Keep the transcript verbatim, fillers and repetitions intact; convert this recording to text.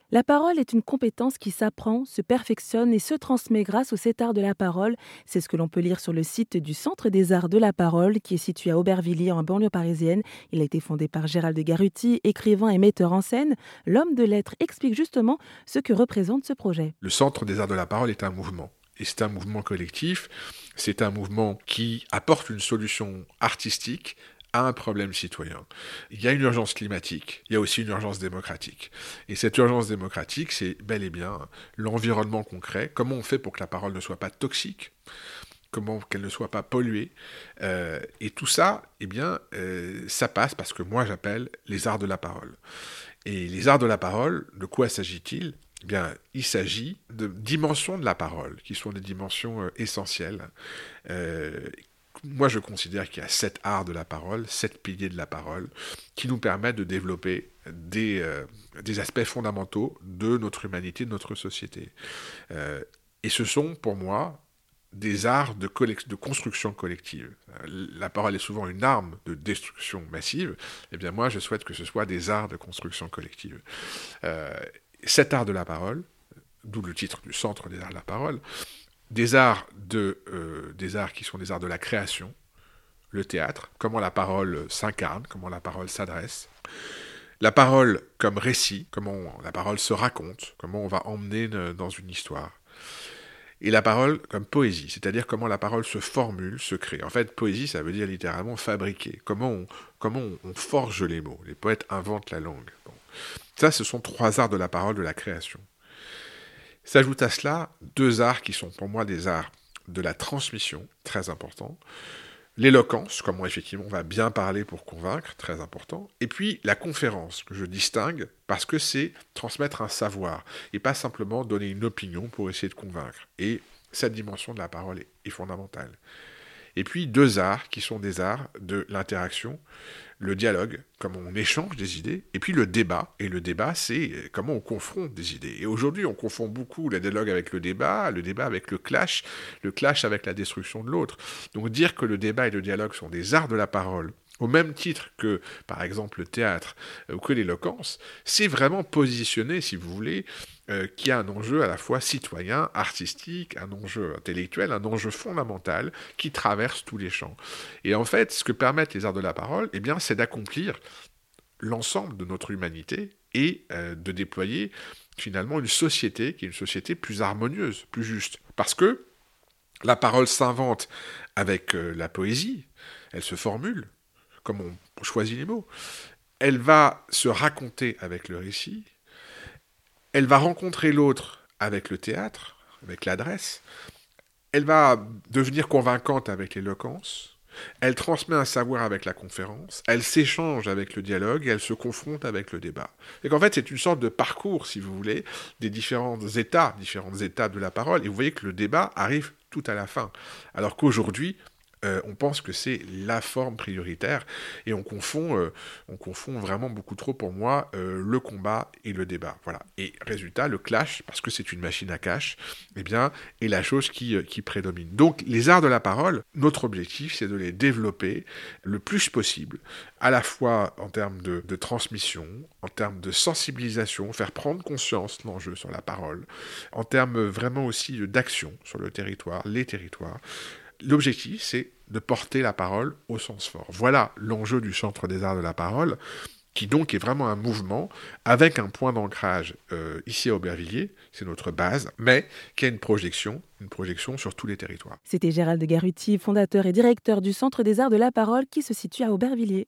La parole est une compétence qui s'apprend, se perfectionne et se transmet grâce au sept arts de la parole. C'est ce que l'on peut lire sur le site du Centre des arts de la parole qui est situé à Aubervilliers en banlieue parisienne. Il a été fondé par Gérald de Garuti, écrivain et metteur en scène. L'homme de lettres explique justement ce que représente ce projet. Le Centre des arts de la parole est un mouvement. Et c'est un mouvement collectif, c'est un mouvement qui apporte une solution artistique à un problème citoyen. Il y a une urgence climatique, il y a aussi une urgence démocratique. Et cette urgence démocratique, c'est bel et bien l'environnement concret, comment on fait pour que la parole ne soit pas toxique, comment qu'elle ne soit pas polluée. Euh, et tout ça, eh bien, euh, ça passe parce que moi j'appelle les arts de la parole. Et les arts de la parole, de quoi s'agit-il ? Eh bien, il s'agit de dimensions de la parole, qui sont des dimensions euh, essentielles. Euh, moi, je considère qu'il y a sept arts de la parole, sept piliers de la parole, qui nous permettent de développer des, euh, des aspects fondamentaux de notre humanité, de notre société. Euh, et ce sont, pour moi, des arts de, collect- de construction collective. La parole est souvent une arme de destruction massive. Eh bien, moi, je souhaite que ce soit des arts de construction collective. Euh, Cet art de la parole, d'où le titre du Centre des arts de la parole, des arts, de, euh, des arts qui sont des arts de la création, le théâtre, comment la parole s'incarne, comment la parole s'adresse, la parole comme récit, comment la parole se raconte, comment on va emmener dans une histoire, et la parole comme poésie, c'est-à-dire comment la parole se formule, se crée. En fait, poésie, ça veut dire littéralement fabriquer, comment on, comment on, on forge les mots, les poètes inventent la langue. Bon. Ça, ce sont trois arts de la parole, de la création. S'ajoute à cela deux arts qui sont pour moi des arts de la transmission, très importants. L'éloquence, comment effectivement on va bien parler pour convaincre, très important. Et puis la conférence, que je distingue, parce que c'est transmettre un savoir, et pas simplement donner une opinion pour essayer de convaincre. Et cette dimension de la parole est, est fondamentale. Et puis deux arts qui sont des arts de l'interaction, le dialogue, comment on échange des idées, et puis le débat. Et le débat, c'est comment on confronte des idées. Et aujourd'hui, on confond beaucoup le dialogue avec le débat, le débat avec le clash, le clash avec la destruction de l'autre. Donc dire que le débat et le dialogue sont des arts de la parole, au même titre que, par exemple, le théâtre euh, ou que l'éloquence, c'est vraiment positionner, si vous voulez, euh, qu'il y a un enjeu à la fois citoyen, artistique, un enjeu intellectuel, un enjeu fondamental qui traverse tous les champs. Et en fait, ce que permettent les arts de la parole, eh bien, c'est d'accomplir l'ensemble de notre humanité et euh, de déployer finalement une société qui est une société plus harmonieuse, plus juste. Parce que la parole s'invente avec euh, la poésie, elle se formule, comme on choisit les mots. Elle va se raconter avec le récit, elle va rencontrer l'autre avec le théâtre, avec l'adresse, elle va devenir convaincante avec l'éloquence, elle transmet un savoir avec la conférence, elle s'échange avec le dialogue et elle se confronte avec le débat. Et qu'en fait, c'est une sorte de parcours, si vous voulez, des différents états, différentes étapes de la parole, et vous voyez que le débat arrive tout à la fin. Alors qu'aujourd'hui, Euh, on pense que c'est la forme prioritaire et on confond, euh, on confond vraiment beaucoup trop pour moi euh, le combat et le débat. Voilà. Et résultat, le clash, parce que c'est une machine à cash, eh bien, est la chose qui, euh, qui prédomine. Donc les arts de la parole, notre objectif, c'est de les développer le plus possible, à la fois en termes de, de transmission, en termes de sensibilisation, faire prendre conscience de l'enjeu sur la parole, en termes vraiment aussi d'action sur le territoire, les territoires. L'objectif, c'est de porter la parole au sens fort. Voilà l'enjeu du Centre des arts de la parole, qui donc est vraiment un mouvement avec un point d'ancrage euh, ici à Aubervilliers, c'est notre base, mais qui a une projection, une projection sur tous les territoires. C'était Gérald de Garuti, fondateur et directeur du Centre des arts de la parole qui se situe à Aubervilliers.